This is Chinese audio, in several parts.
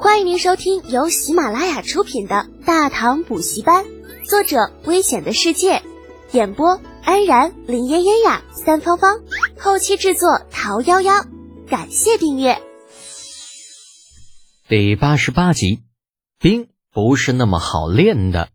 欢迎您收听由喜马拉雅出品的《大唐补习班》，作者危险的世界，演播安然、林嫣嫣呀、三芳芳，后期制作桃夭夭。感谢订阅。 第88集，兵不是那么好练的。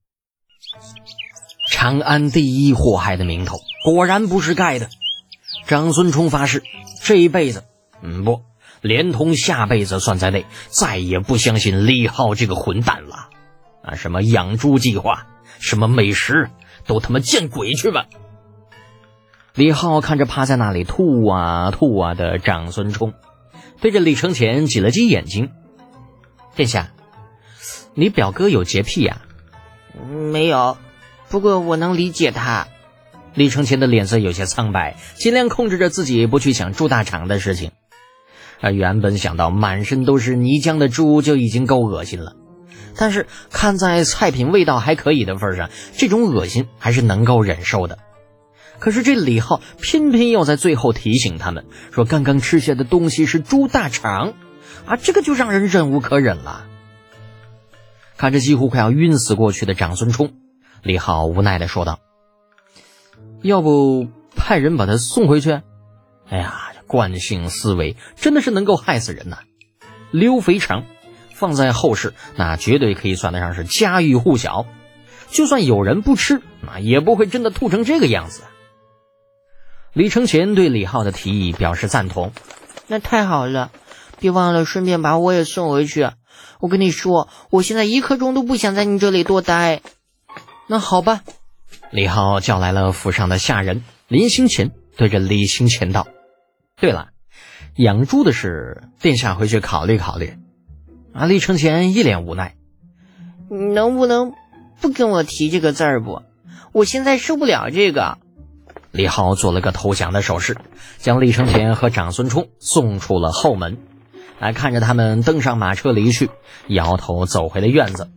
长安第一祸害的名头果然不是盖的。长孙冲发誓，这一辈子连同下辈子算在内，再也不相信李浩这个混蛋了。什么养猪计划，什么美食，都他妈见鬼去吧！李浩看着趴在那里吐啊的长孙冲，对着李承前挤了挤眼睛。殿下，你表哥有洁癖呀？ 没有，不过我能理解他。 李承前的脸色有些苍白，尽量控制着自己不去想猪大肠的事情。原本想到满身都是泥浆的猪就已经够恶心了，但是看在菜品味道还可以的份上，这种恶心还是能够忍受的。可是这李浩偏偏要在最后提醒他们说刚刚吃下的东西是猪大肠这个就让人忍无可忍了。看着几乎快要晕死过去的长孙冲，李浩无奈地说道：要不派人把他送回去？惯性思维真的是能够害死人呐！溜肥肠放在后世，那绝对可以算得上是家喻户晓，就算有人不吃，也不会真的吐成这个样子。李承前对李浩的提议表示赞同。 那太好了，别忘了顺便把我也送回去。我跟你说，我现在一刻钟都不想在你这里多待。 那好吧。李浩叫来了府上的下人，临行前对着李行前道：对了，养猪的事殿下回去考虑考虑。李承前一脸无奈。 能不能不跟我提这个字儿不？我现在受不了这个。 李浩做了个投降的手势，将李承前和长孙冲送出了后门。看着他们登上马车离去，摇头走回了院子。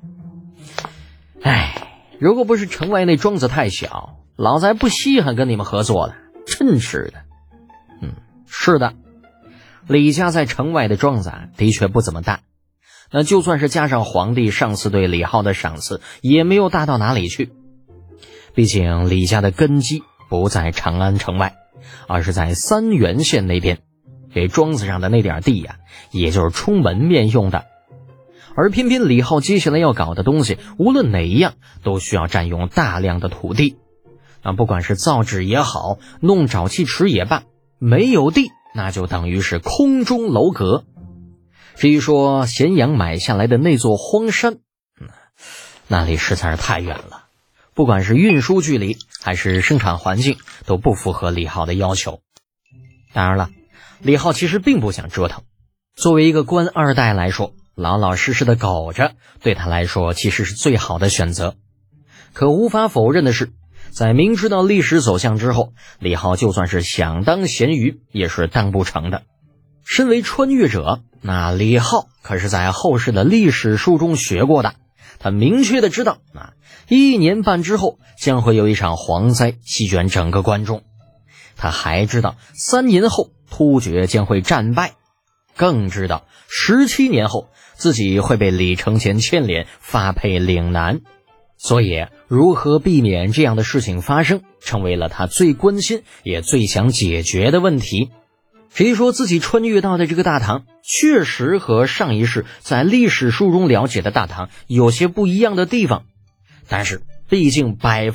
如果不是城外那庄子太小，老子还不稀罕跟你们合作的，真是的。是的，李家在城外的庄子的确不怎么大，那就算是加上皇帝上次对李浩的赏赐，也没有大到哪里去。毕竟李家的根基不在长安城外，而是在三原县那边，这庄子上的那点地也就是充门面用的。而偏偏李浩接下来要搞的东西，无论哪一样都需要占用大量的土地。不管是造纸也好，弄沼气池也罢，没有地那就等于是空中楼阁。至于说咸阳买下来的那座荒山，那里实在是太远了，不管是运输距离还是生产环境都不符合李浩的要求。当然了，李浩其实并不想折腾，作为一个官二代来说，老老实实的苟着对他来说其实是最好的选择。可无法否认的是，在明知道历史走向之后，李浩就算是想当咸鱼也是当不成的。身为穿越者，那李浩可是在后世的历史书中学过的，他明确的知道1年半之后将会有一场蝗灾席卷整个关中。他还知道3年后突厥将会战败，更知道17年后自己会被李承前牵连发配岭南。所以如何避免这样的事情发生，成为了他最关心也最想解决的问题。至于说自己穿越到的这个大唐，确实和上一世在历史书中了解的大唐有些不一样的地方，但是毕竟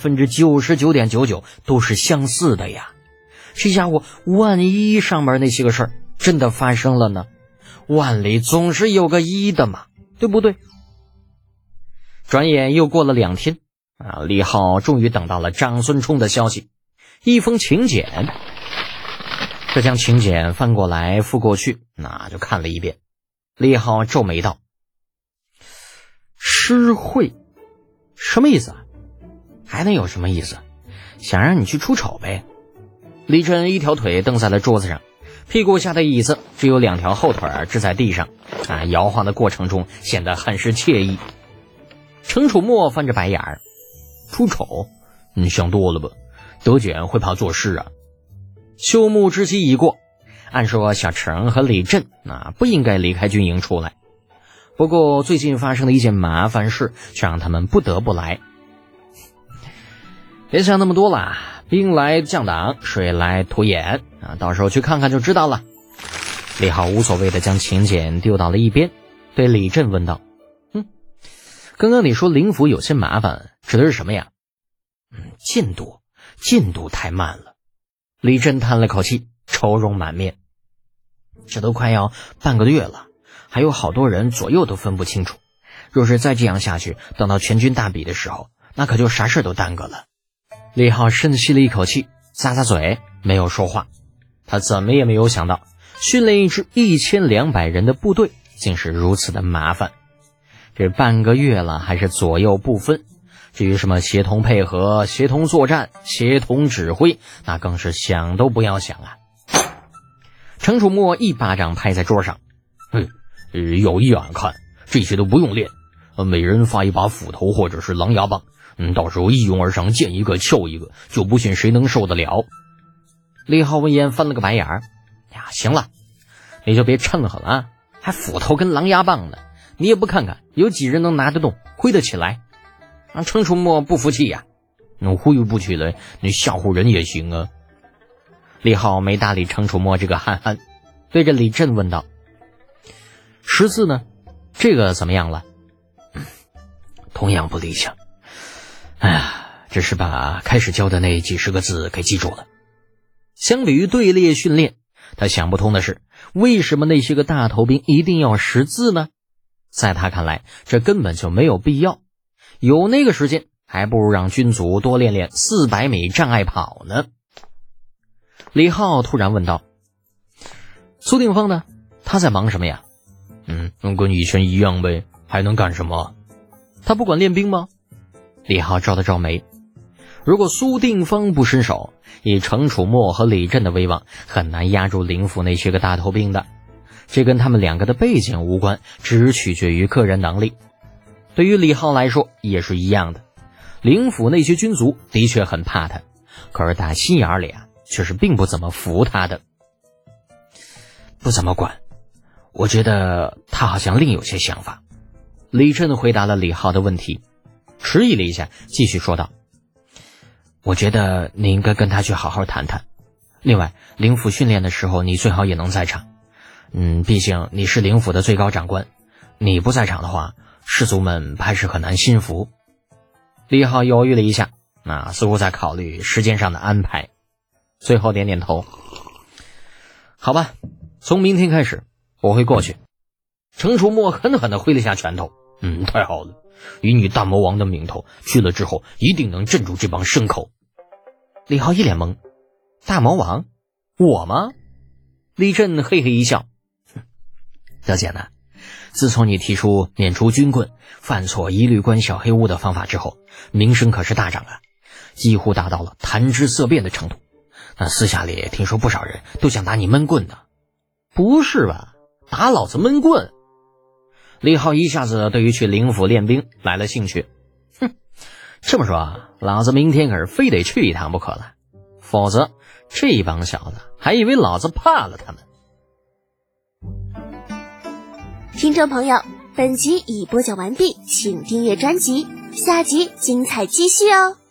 99.99% 都是相似的呀。这家伙万一上面那些个事儿真的发生了呢？万里总是有个一的嘛，对不对？转眼又过了2天李浩终于等到了长孙冲的消息，一封请柬。这将请柬翻过来覆过去，那就看了一遍。李浩皱眉道：诗会什么意思还能有什么意思？想让你去出丑呗。李真一条腿蹬在了桌子上，屁股下的椅子只有2条后腿支在地上摇晃的过程中显得很是惬意。程楚墨翻着白眼儿：出丑？你想多了吧，德简会怕做事休沐之期已过，按说小程和李振不应该离开军营出来， 不过最近发生的一件麻烦事却让他们不得不来。别想那么多了，兵来将挡，水来土掩啊，到时候去看看就知道了。李浩无所谓的将请柬丢到了一边，对李振问道：刚刚你说灵府有些麻烦，指的是什么呀？进度太慢了。李振叹了口气，愁容满面。这都快要半个月了，还有好多人左右都分不清楚。若是再这样下去，等到全军大比的时候，那可就啥事都耽搁了。李浩深吸了一口气，咂咂嘴，没有说话。他怎么也没有想到，训练一支1200人的部队竟是如此的麻烦。这半个月了，还是左右不分。至于什么协同配合、协同作战、协同指挥，那更是想都不要想啊。程楚墨一巴掌拍在桌上，要一眼看，这些都不用练，每人发一把斧头或者是狼牙棒，到时候一拥而上，见一个撬一个，就不信谁能受得了。李浩闻言翻了个白眼儿，呀，行了，你就别趁狠了，还斧头跟狼牙棒呢，你也不看看有几人能拿得动，挥得起来。程楚墨不服气呀，挥不起来，你吓唬人也行啊。李浩没搭理程楚墨这个憨憨，对着李振问道：“14字呢？这个怎么样了？”同样不理想。哎呀，只是把开始教的那几十个字给记住了。相比于队列训练，他想不通的是，为什么那些个大头兵一定要识字呢？在他看来，这根本就没有必要。有那个时间，还不如让军卒多练练400米障碍跑呢。李浩突然问道：“苏定方呢？他在忙什么呀？”跟以前一样呗，还能干什么？他不管练兵吗？李浩皱了皱眉。如果苏定方不伸手，以程楚墨和李振的威望，很难压住灵府那些个大头兵的。这跟他们两个的背景无关，只取决于个人能力。对于李浩来说也是一样的，灵府那些军卒的确很怕他，可是打心眼里却是并不怎么服他的。不怎么管，我觉得他好像另有些想法。李振回答了李浩的问题，迟疑了一下，继续说道：“我觉得你应该跟他去好好谈谈。另外，灵府训练的时候你最好也能在场。毕竟你是灵府的最高长官，你不在场的话，士卒们还是很难心服。”李浩犹豫了一下，似乎在考虑时间上的安排，最后点点头。好吧，从明天开始我会过去。程楚墨狠狠地挥了下拳头。太好了，以你大魔王的名头，去了之后一定能镇住这帮牲口。李浩一脸懵，大魔王？我吗？李振嘿嘿一笑，了解呢。自从你提出免除军棍、犯错一律关小黑屋的方法之后，名声可是大涨啊，几乎达到了谈之色变的程度。那私下里听说不少人都想打你闷棍呢。不是吧？打老子闷棍？李浩一下子对于去灵府练兵来了兴趣。这么说老子明天可是非得去一趟不可了，否则这帮小子还以为老子怕了他们。 听众朋友，本集已播讲完毕，请订阅专辑，下集精彩继续哦。